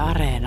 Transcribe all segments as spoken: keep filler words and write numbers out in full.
Areena.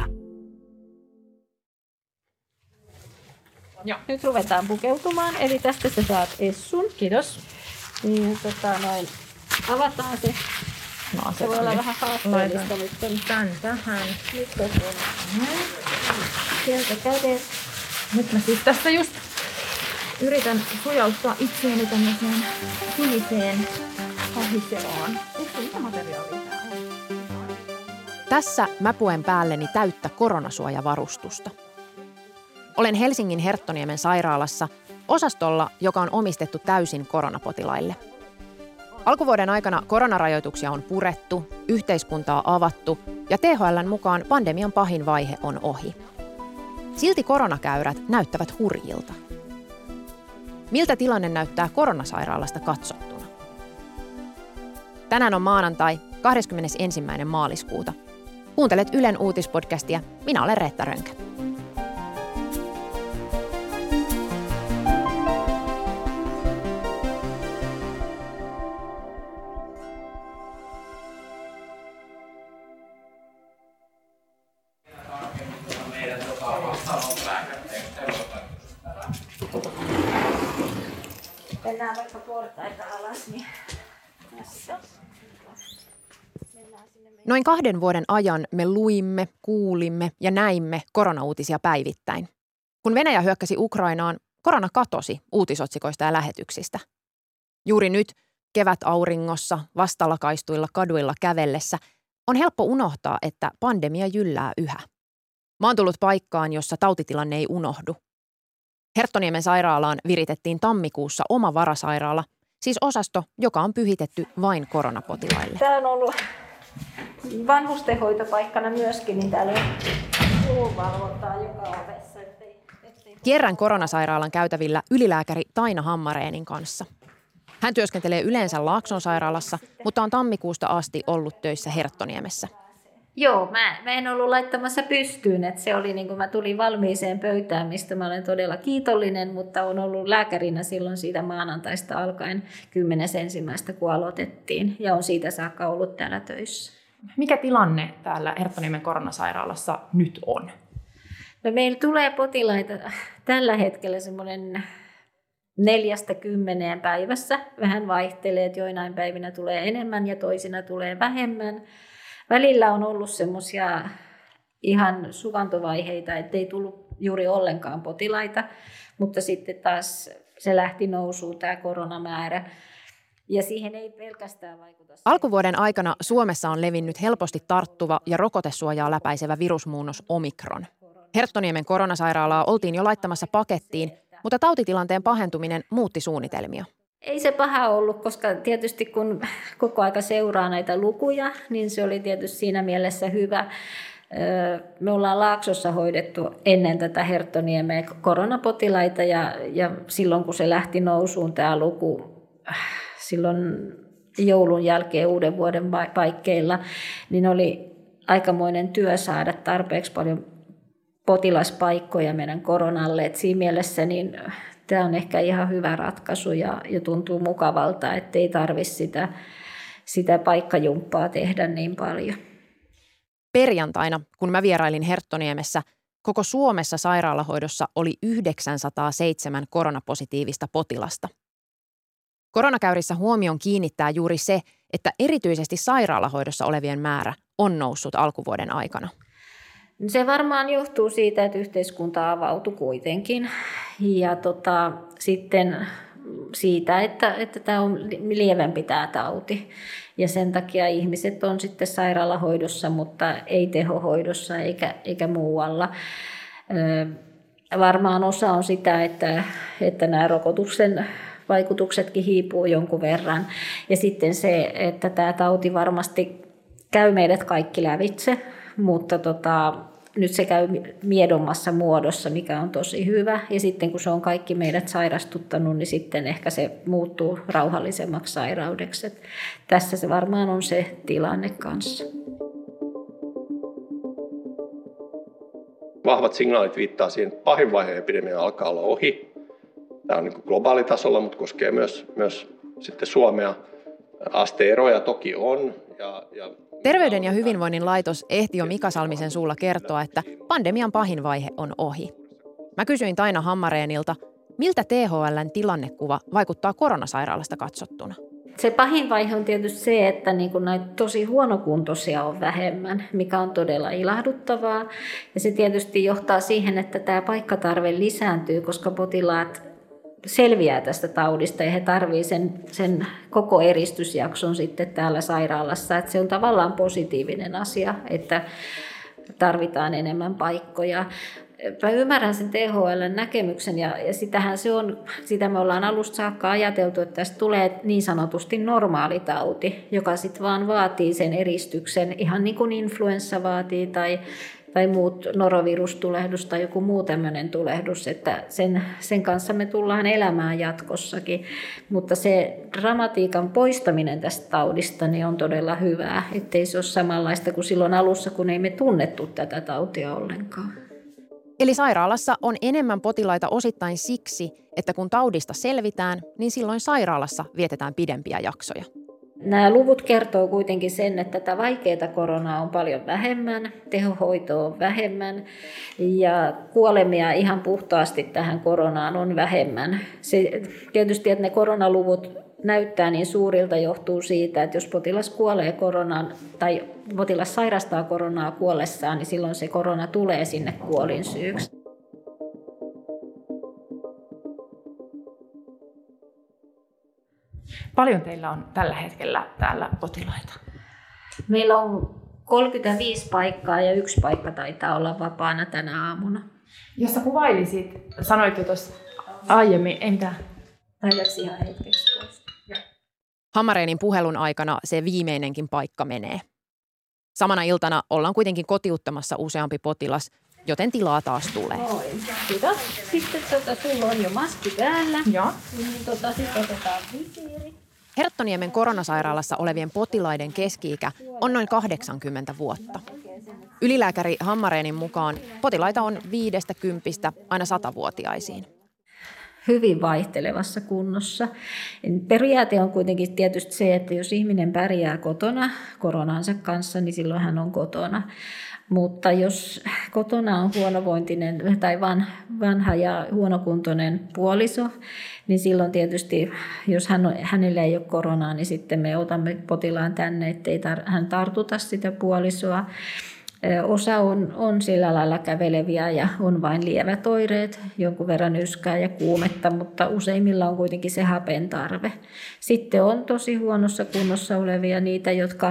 Joo. Nyt ruvetaan pukeutumaan, eli tästä sä saat essun. Kiitos. Niin, tota, noin. Avataan se. No, se voi olla vähän haasteellista nyt. Tän tähän. Nyt on sieltä kädet. Nyt mä siis tässä just yritän sujauttaa itseäni tämmöiseen siniseen hahiseloon. Eikö mitä materiaalia tää on? Tässä mä puen päälleni täyttä koronasuojavarustusta. Olen Helsingin Herttoniemen sairaalassa osastolla, joka on omistettu täysin koronapotilaille. Alkuvuoden aikana koronarajoituksia on purettu, yhteiskuntaa avattu ja T H L:n mukaan pandemian pahin vaihe on ohi. Silti koronakäyrät näyttävät hurjilta. Miltä tilanne näyttää koronasairaalasta katsottuna? Tänään on maanantai, kahdeskymmenesensimmäinen maaliskuuta. Kuuntelet Ylen uutispodcastia. Minä olen Reetta Rönkä. Mennään vaikka portaita alas, niin tässä. Noin kahden vuoden ajan me luimme, kuulimme ja näimme koronauutisia päivittäin. Kun Venäjä hyökkäsi Ukrainaan, korona katosi uutisotsikoista ja lähetyksistä. Juuri nyt, kevätauringossa, vastalakaistuilla kaduilla kävellessä, on helppo unohtaa, että pandemia jyllää yhä. Mä oon tullut paikkaan, jossa tautitilanne ei unohdu. Herttoniemen sairaalaan viritettiin tammikuussa oma varasairaala, siis osasto, joka on pyhitetty vain koronapotilaille. Tämä on ollut vanhustenhoitopaikkana myöskin, niin täällä on kulunvalvontaa joka ovessa. Ettei, ettei... Kierrän koronasairaalan käytävillä ylilääkäri Taina Hammareenin kanssa. Hän työskentelee yleensä Laakson sairaalassa, mutta on tammikuusta asti ollut töissä Herttoniemessä. Joo, mä, mä en ollut laittamassa pystyyn, että se oli niin kuin mä tulin valmiiseen pöytään, mistä mä olen todella kiitollinen, mutta on ollut lääkärinä silloin siitä maanantaista alkaen kymmenes ensimmäistä, kun aloitettiin, ja on siitä saakka ollut täällä töissä. Mikä tilanne täällä Herttoniemen koronasairaalassa nyt on? No, meillä tulee potilaita tällä hetkellä semmoinen neljästä kymmeneen päivässä. Vähän vaihtelee, että joinain päivinä tulee enemmän ja toisina tulee vähemmän. Välillä on ollut semmoisia ihan suvantovaiheita, ettei tullut juuri ollenkaan potilaita, mutta sitten taas se lähti nousuun tämä koronamäärä. Ja siihen ei pelkästään vaikuta. Alkuvuoden aikana Suomessa on levinnyt helposti tarttuva ja rokotesuojaa läpäisevä virusmuunnos Omikron. Herttoniemen koronasairaalaa oltiin jo laittamassa pakettiin, mutta tautitilanteen pahentuminen muutti suunnitelmia. Ei se paha ollut, koska tietysti kun koko aika seuraa näitä lukuja, niin se oli tietysti siinä mielessä hyvä. Me ollaan Laaksossa hoidettu ennen tätä Herttoniemeä koronapotilaita ja, ja silloin kun se lähti nousuun tämä luku, silloin joulun jälkeen uuden vuoden paikkeilla, niin oli aikamoinen työ saada tarpeeksi paljon potilaspaikkoja meidän koronalle. Et siinä mielessä niin tämä on ehkä ihan hyvä ratkaisu ja, ja tuntuu mukavalta, ettei tarvitse sitä, sitä paikkajumppaa tehdä niin paljon. Perjantaina, kun mä vierailin Herttoniemessä, koko Suomessa sairaalahoidossa oli yhdeksänsataaseitsemän koronapositiivista potilasta. Koronakäyrissä huomion kiinnittää juuri se, että erityisesti sairaalahoidossa olevien määrä on noussut alkuvuoden aikana. Se varmaan johtuu siitä, että yhteiskunta avautui kuitenkin ja tota, sitten siitä, että, että tämä on lievempi tämä tauti ja sen takia ihmiset on sitten sairaalahoidossa, mutta ei tehohoidossa eikä, eikä muualla. Ö, varmaan osa on sitä, että, että nämä rokotuksen vaikutuksetkin hiipuu jonkun verran ja sitten se, että tämä tauti varmasti käy meidät kaikki lävitse. Mutta tota, nyt se käy miedommassa muodossa, mikä on tosi hyvä. Ja sitten kun se on kaikki meidät sairastuttanut, niin sitten ehkä se muuttuu rauhallisemmaksi sairaudeksi. Et tässä se varmaan on se tilanne kanssa. Vahvat signaalit viittaa siihen, että pahin vaihe epidemia alkaa olla ohi. Tämä on niin kuin globaalitasolla, mutta koskee myös, myös sitten Suomea. Asteeroja toki on ja, ja Terveyden ja hyvinvoinnin laitos ehti jo Mika Salmisen suulla kertoa, että pandemian pahin vaihe on ohi. Mä kysyin Taina Hammareenilta, miltä T H L:n tilannekuva vaikuttaa koronasairaalasta katsottuna. Se pahin vaihe on tietysti se, että niin kuin näitä tosi huonokuntoisia on vähemmän, mikä on todella ilahduttavaa. Ja se tietysti johtaa siihen, että tämä paikkatarve lisääntyy, koska potilaat selviää tästä taudista ja he tarvitsevat sen, sen koko eristysjakson sitten täällä sairaalassa. Että se on tavallaan positiivinen asia, että tarvitaan enemmän paikkoja. Mä ymmärrän sen T H L:n näkemyksen ja, ja sitähän se on, sitä me ollaan alusta saakka ajateltu, että tästä tulee niin sanotusti normaali tauti, joka sitten vaan vaatii sen eristyksen, ihan niin kuin influenssa vaatii tai, tai muut norovirustulehdus tai joku muu tämmöinen tulehdus, että sen, sen kanssa me tullaan elämään jatkossakin, mutta se dramatiikan poistaminen tästä taudista niin on todella hyvää, ettei se ole samanlaista kuin silloin alussa, kun ei me tunnettu tätä tautia ollenkaan. Eli sairaalassa on enemmän potilaita osittain siksi, että kun taudista selvitään, niin silloin sairaalassa vietetään pidempiä jaksoja. Nämä luvut kertoo kuitenkin sen, että tätä vaikeaa koronaa on paljon vähemmän, tehohoitoa on vähemmän ja kuolemia ihan puhtaasti tähän koronaan on vähemmän. Se, tietysti, että ne koronaluvut näyttää niin suurilta johtuu siitä, että jos potilas kuolee koronaan tai potilas sairastaa koronaa kuollessaan, niin silloin se korona tulee sinne kuolinsyyksi. Paljon teillä on tällä hetkellä täällä potilaita? Meillä on kolmekymmentäviisi paikkaa ja yksi paikka taitaa olla vapaana tänä aamuna. Jos sä kuvailisit, sanoit jo tuossa aiemmin, ei mitään. Lähdetään ihan hetkeksi pois. Hammareenin puhelun aikana se viimeinenkin paikka menee. Samana iltana ollaan kuitenkin kotiuttamassa useampi potilas, joten tilaa taas tulee. Noin. Kiitos. Sitten tota, sulla on jo maski päällä. Joo. Niin, tota, sitten otetaan visiiri. Herttoniemen koronasairaalassa olevien potilaiden keski-ikä on noin kahdeksankymmentä vuotta. Ylilääkäri Hammareenin mukaan potilaita on viidestä kympistä aina satavuotiaisiin. Hyvin vaihtelevassa kunnossa. Periaate on kuitenkin tietysti se, että jos ihminen pärjää kotona koronansa kanssa, niin silloin hän on kotona. Mutta jos kotona on huonovointinen tai vanha ja huonokuntoinen puoliso, niin silloin tietysti, jos hän on, hänellä ei ole koronaa, niin sitten me otamme potilaan tänne, ettei tar- hän tartuta sitä puolisoa. Osa on, on sillä lailla käveleviä ja on vain lievät oireet, jonkun verran yskää ja kuumetta, mutta useimmilla on kuitenkin se hapen tarve. Sitten on tosi huonossa kunnossa olevia niitä, jotka,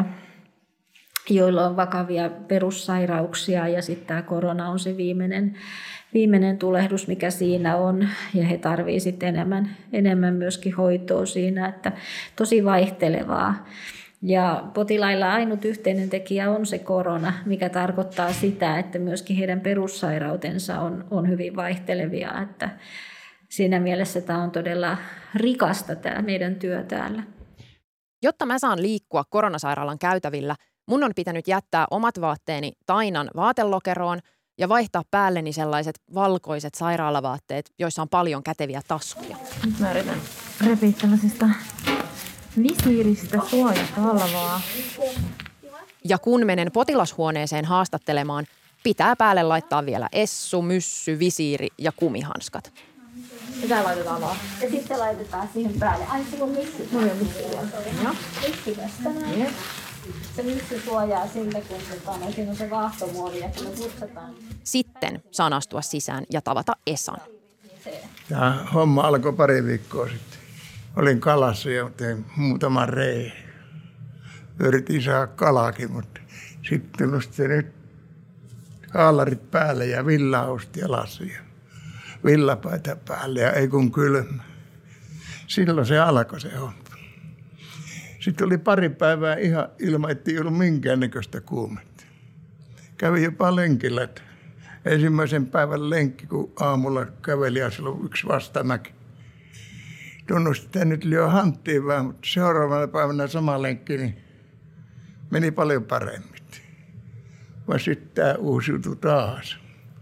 joilla on vakavia perussairauksia ja sitten tämä korona on se viimeinen, viimeinen tulehdus, mikä siinä on ja he tarvitsevat sitten enemmän, enemmän myöskin hoitoa siinä, että tosi vaihtelevaa. Ja potilailla ainut yhteinen tekijä on se korona, mikä tarkoittaa sitä, että myöskin heidän perussairautensa on, on hyvin vaihtelevia. Että siinä mielessä tämä on todella rikasta tämä meidän työ täällä. Jotta mä saan liikkua koronasairaalan käytävillä, mun on pitänyt jättää omat vaatteeni Tainan vaatelokeroon ja vaihtaa päälleni sellaiset valkoiset sairaalavaatteet, joissa on paljon käteviä taskuja. Nyt mä yritän repiä tällaisista visiiristä suojatalvaa. Ja kun menen potilashuoneeseen haastattelemaan, pitää päälle laittaa vielä essu, myssy, visiiri ja kumihanskat. Mitä laitetaan vaan? Ja sitten laitetaan siihen päälle. Ai, se on missy. Mulla on missy. Joo. Missy tästä. Yes. Se missy suojaa siltä, kun tota, siinä on se vaahtomuovi ja kun me putsataan. Sitten saan astua sisään ja tavata Esan. Tämä homma alkoi pari viikkoa sitten. Olin kalassa ja tein muutaman reen. Yritin saada kalakin, mutta sitten nostin nyt haalarit päälle ja villahousti jalassa ja villapaita päälle ja ei kun kylmä. Silloin se alkoi se homma. Sitten oli pari päivää ihan ilman, ettei ollut minkäännäköistä kuumetta. Kävin jopa lenkillä. Ensimmäisen päivän lenkki, kun aamulla käveli ja silloin yksi vastamäki. Tunnustin, että nyt lyö hanttiin vähän, mutta seuraavana päivänä sama lenkki, niin meni paljon paremmin. Vaan sitten tämä uusiutui taas.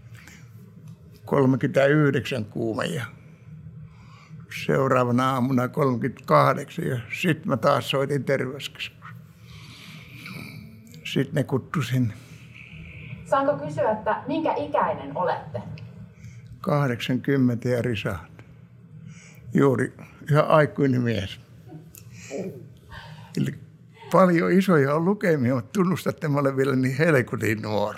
kolmekymmentäyhdeksän kuume ja seuraavana aamuna kolmekymmentäkahdeksan ja sitten mä taas soitin terveyskeskukseen. Sitten ne kuttu sinne. Saanko kysyä, että minkä ikäinen olette? kahdeksankymmentä ja risaat. Juuri ihan aikuinen mies. Eli paljon isoja on lukemia, mutta tunnustatte, että mä olen vielä niin helkutin nuori.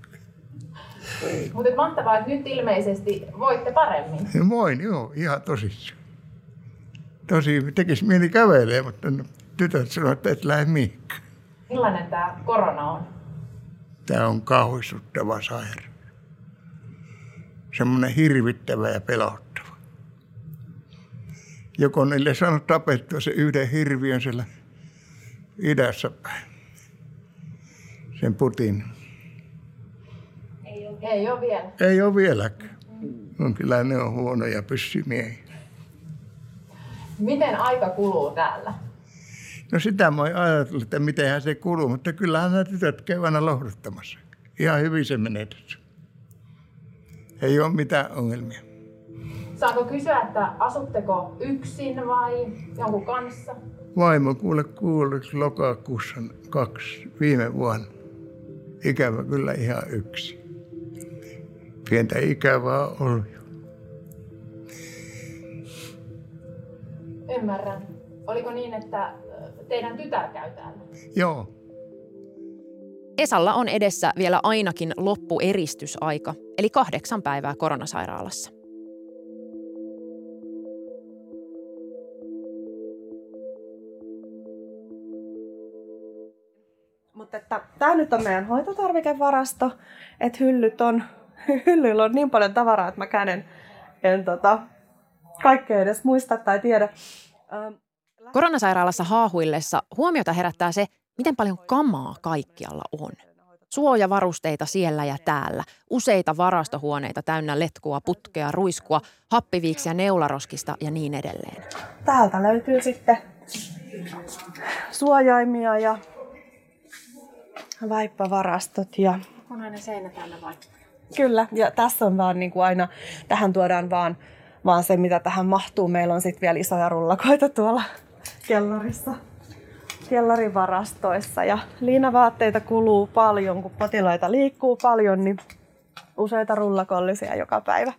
Mutta mahtavaa, että nyt ilmeisesti voitte paremmin. Voin, joo, ihan tosissaan. Tosi tekisi mieli kävelee, mutta tytöt sanoivat, että et lähde mihinkään. Millainen tämä korona on? Tämä on kauhistuttava sairaus. Semmoinen hirvittävä ja pelottava. Joko niille saanut tapettua se yhden hirviön siellä idässä päin. Sen Putin. Ei ole, Ei ole vielä. Ei ole vieläkään. No, kyllä ne on huonoja pyssymiehiä. Miten aika kuluu täällä? No sitä mä oon ajatellut, että mitenhän se kuluu, mutta kyllähän nämä tytöt käyvät aina lohduttamassa. Ihan hyvin se menee tässä. Ei ole mitään ongelmia. Saanko kysyä, että asutteko yksin vai jonkun kanssa? Vaimo kuule kuului lokakuussa kaksi viime vuonna. Ikävä kyllä ihan yksi. Pientä ikävää on ollut. Ymmärrän. Oliko niin, että teidän tytär käy täällä? Joo. Esalla on edessä vielä ainakin loppueristysaika, eli kahdeksan päivää koronasairaalassa. Mutta että tämä nyt on meidän hoitotarvikevarasto, että hyllyt on, hyllyllä on niin paljon tavaraa, että mäkään en, en tota, kaikkea edes muista tai tiedä. Koronasairaalassa haahuillessa huomiota herättää se, miten paljon kamaa kaikkialla on. Suojavarusteita siellä ja täällä, useita varastohuoneita täynnä letkua, putkea, ruiskua, happiviiksiä neularoskista ja niin edelleen. Täältä löytyy sitten suojaimia ja vaippavarastot. Ja On aina seinä täynnä vaippoja. Kyllä, ja tässä on vaan niin kuin aina, tähän tuodaan vaan, vaan se, mitä tähän mahtuu. Meillä on sitten vielä isoja rullakoita tuolla kellarissa, kellarivarastoissa. Ja liinavaatteita kuluu paljon, kun potilaita liikkuu paljon, niin useita rullakollisia joka päivä.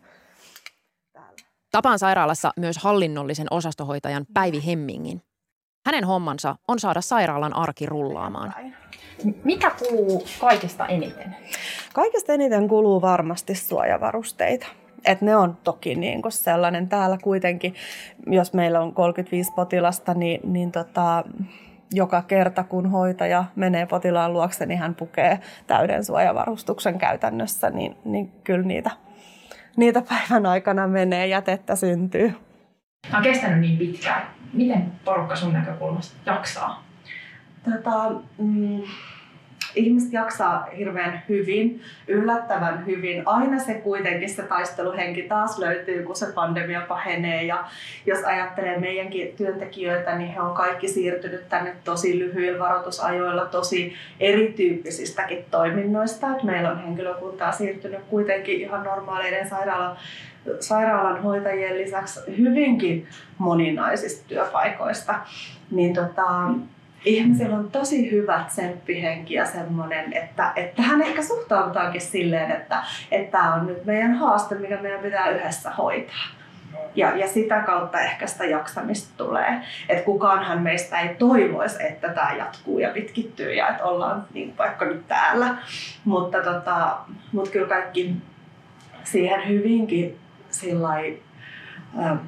Tapaan sairaalassa myös hallinnollisen osastohoitajan Päivi Hemmingin. Hänen hommansa on saada sairaalan arki rullaamaan. Mikä kuluu kaikista eniten? Kaikista eniten kuluu varmasti suojavarusteita. Et ne on toki niin kuin sellainen täällä kuitenkin, jos meillä on kolmekymmentäviisi potilasta, niin, niin tota, joka kerta kun hoitaja menee potilaan luokse, niin hän pukee täyden suojavarustuksen käytännössä, niin, niin kyllä niitä, niitä päivän aikana menee, jätettä syntyy. Tämä on kestänyt niin pitkään. Miten porukka sun näkökulmasta jaksaa? Tota, mm, ihmiset jaksaa hirveän hyvin, yllättävän hyvin. Aina se kuitenkin se taisteluhenki taas löytyy, kun se pandemia pahenee. Ja jos ajattelee meidänkin työntekijöitä, niin he on kaikki siirtynyt tänne tosi lyhyillä varoitusajoilla, tosi erityyppisistäkin toiminnoista. Et meillä on henkilökuntaa siirtynyt kuitenkin ihan normaaleiden sairaalan sairaalan hoitajien lisäksi hyvinkin moninaisista työpaikoista, niin tota, ihmisillä on tosi hyvä tsemppihenki ja semmoinen, että, että hän ehkä suhtaudutaankin silleen, että tämä on nyt meidän haaste, mikä meidän pitää yhdessä hoitaa. Ja, ja sitä kautta ehkä sitä jaksamista tulee. Että kukaanhan meistä ei toivoisi, että tämä jatkuu ja pitkittyy ja että ollaan niin vaikka nyt täällä. Mutta, tota, mutta kyllä kaikki siihen hyvinkin sillai, ähm,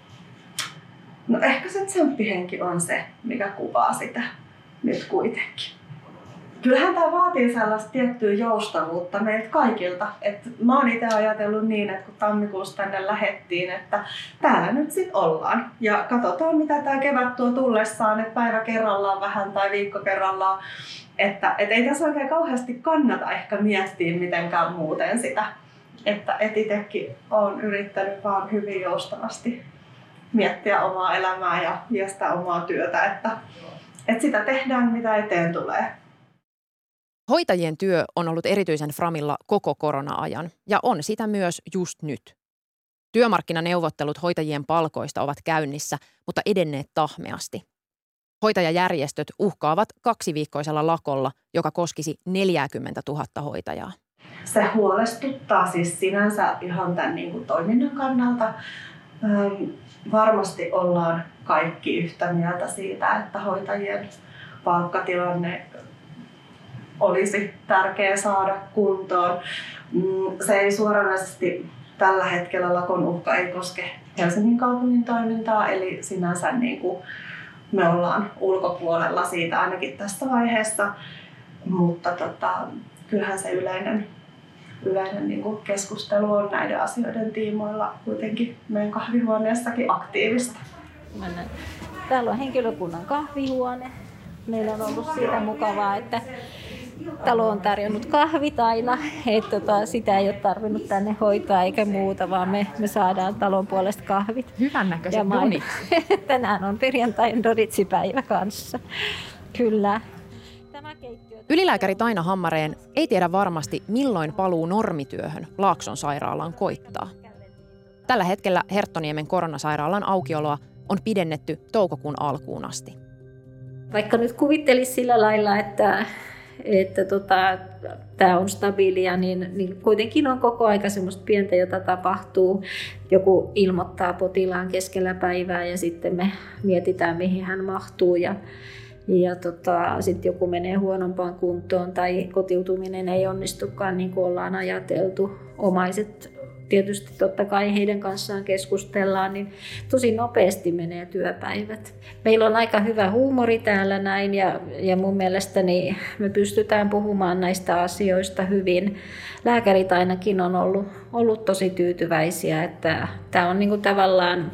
no ehkä se tsemppihenki on se, mikä kuvaa sitä nyt kuitenkin. Kyllähän tämä vaatii sellaista tiettyä joustavuutta meiltä kaikilta. Et mä oon itse ajatellut niin, että kun tammikuussa tänne lähettiin, että täällä nyt sit ollaan. Ja katsotaan mitä tämä kevät tuo tullessaan, että päivä kerrallaan vähän tai viikko kerrallaan. Että et ei tässä oikein kauheasti kannata ehkä miettiä mitenkään muuten sitä. Että et itsekin olen yrittänyt vaan hyvin joustavasti miettiä omaa elämää ja, ja sitä omaa työtä, että, että sitä tehdään mitä eteen tulee. Hoitajien työ on ollut erityisen framilla koko korona-ajan ja on sitä myös just nyt. Työmarkkinaneuvottelut hoitajien palkoista ovat käynnissä, mutta edenneet tahmeasti. Hoitajajärjestöt uhkaavat kaksiviikkoisella lakolla, joka koskisi neljäkymmentätuhatta hoitajaa. Se huolestuttaa siis sinänsä ihan tämän niin kuin toiminnan kannalta. Ähm, varmasti ollaan kaikki yhtä mieltä siitä, että hoitajien palkkatilanne olisi tärkeää saada kuntoon. Se ei suoranaisesti tällä hetkellä lakon uhka ei koske Helsingin kaupungin toimintaa, eli sinänsä niin kuin me ollaan ulkopuolella siitä ainakin tässä vaiheessa, mutta tota, kyllähän se yleinen, yleinen niin kuin keskustelu on näiden asioiden tiimoilla kuitenkin meidän kahvihuoneessakin aktiivista. Täällä on henkilökunnan kahvihuone. Meillä on ollut siitä mukavaa, että talo on tarjonnut kahvit aina, että tota, sitä ei ole tarvinnut tänne hoitaa eikä muuta, vaan me, me saadaan talon puolesta kahvit. Hyvän näköiset donit. Tänään on perjantain donitsipäivä kanssa. Kyllä. Tämä keittiö... Ylilääkäri Taina Hammareen ei tiedä varmasti, milloin paluu normityöhön Laakson sairaalaan koittaa. Tällä hetkellä Herttoniemen koronasairaalan aukioloa on pidennetty toukokuun alkuun asti. Vaikka nyt kuvittelisi sillä lailla, että että tota, tämä on stabiilia, niin, niin kuitenkin on koko aika semmoista pientä, jota tapahtuu. Joku ilmoittaa potilaan keskellä päivää ja sitten me mietitään, mihin hän mahtuu. Ja, ja tota, sitten joku menee huonompaan kuntoon tai kotiutuminen ei onnistukaan niin kuin ollaan ajateltu. Omaiset tietysti totta kai heidän kanssaan keskustellaan, niin tosi nopeasti menee työpäivät. Meillä on aika hyvä huumori täällä näin ja, ja mun mielestäni me pystytään puhumaan näistä asioista hyvin. Lääkärit ainakin on ollut, ollut tosi tyytyväisiä, että tämä on niinku tavallaan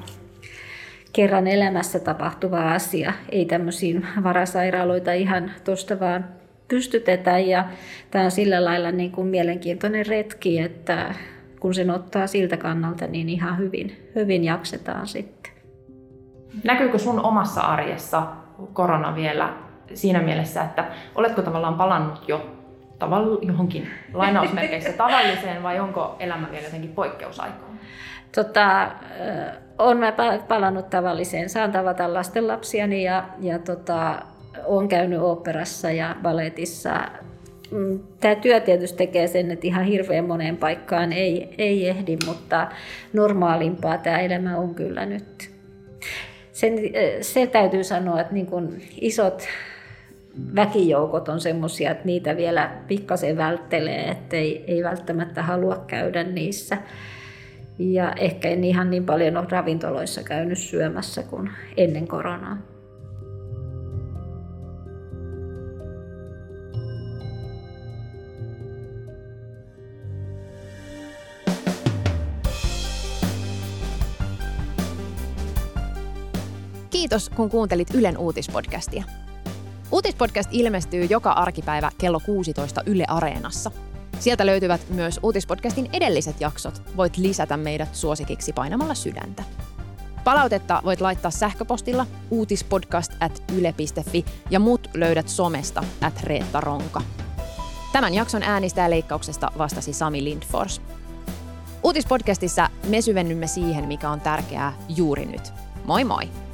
kerran elämässä tapahtuva asia. Ei tämmöisiin varasairaaloita ihan tuosta vaan pystytetä ja tämä on sillä lailla niin kuin mielenkiintoinen retki, että kun sen ottaa siltä kannalta, niin ihan hyvin, hyvin jaksetaan sitten. Näkyykö sun omassa arjessa korona vielä siinä mielessä, että oletko tavallaan palannut jo tavall- johonkin lainausmerkeissä tavalliseen vai onko elämä vielä jotenkin poikkeusaikaan? Tota, olen mä palannut tavalliseen. Saan tavata lastenlapsiani ja, ja tota, olen käynyt oopperassa ja balletissa. Tämä työ tietysti tekee sen, että ihan hirveän moneen paikkaan ei, ei ehdi, mutta normaalimpaa tämä elämä on kyllä nyt. Sen, se täytyy sanoa, että niin kun isot väkijoukot on semmoisia, että niitä vielä pikkasen välttelee, että ei, ei välttämättä halua käydä niissä. Ja ehkä en ihan niin paljon ole ravintoloissa käynyt syömässä kuin ennen koronaa. Kiitos, kun kuuntelit Ylen uutispodcastia. Uutispodcast ilmestyy joka arkipäivä kello kuusitoista Yle Areenassa. Sieltä löytyvät myös uutispodcastin edelliset jaksot. Voit lisätä meidät suosikiksi painamalla sydäntä. Palautetta voit laittaa sähköpostilla uutispodcast at yle piste fi ja mut löydät somesta at Reetta Ronka. Tämän jakson äänistä ja leikkauksesta vastasi Sami Lindfors. Uutispodcastissa me syvennymme siihen, mikä on tärkeää juuri nyt. Moi moi!